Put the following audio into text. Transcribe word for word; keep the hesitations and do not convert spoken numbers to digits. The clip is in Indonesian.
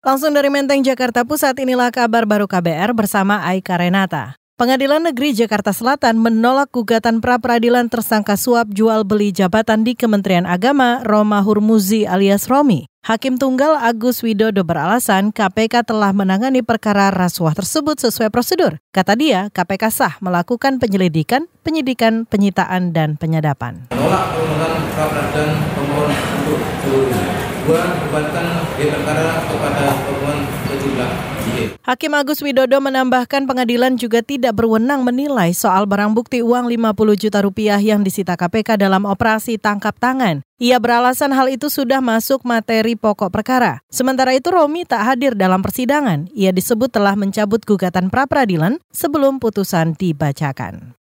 Langsung dari Menteng, Jakarta Pusat, inilah kabar baru K B R bersama Aika Renata. Pengadilan Negeri Jakarta Selatan menolak gugatan pra-peradilan tersangka suap jual beli jabatan di Kementerian Agama Roma Hurmuzi alias Romi. Hakim Tunggal Agus Widodo beralasan K P K telah menangani perkara rasuah tersebut sesuai prosedur. Kata dia, K P K sah melakukan penyelidikan, penyidikan, penyitaan, dan penyadapan. Menolak permohonan pra-peradilan pemohon untuk seluruhnya. Dua, membebankan di perkara kepada pemohon sejumlah pihak. Hakim Agus Widodo menambahkan pengadilan juga tidak berwenang menilai soal barang bukti uang lima puluh juta rupiah yang disita K P K dalam operasi tangkap tangan. Ia beralasan hal itu sudah masuk materi pokok perkara. Sementara itu Romi tak hadir dalam persidangan. Ia disebut telah mencabut gugatan pra-peradilan sebelum putusan dibacakan.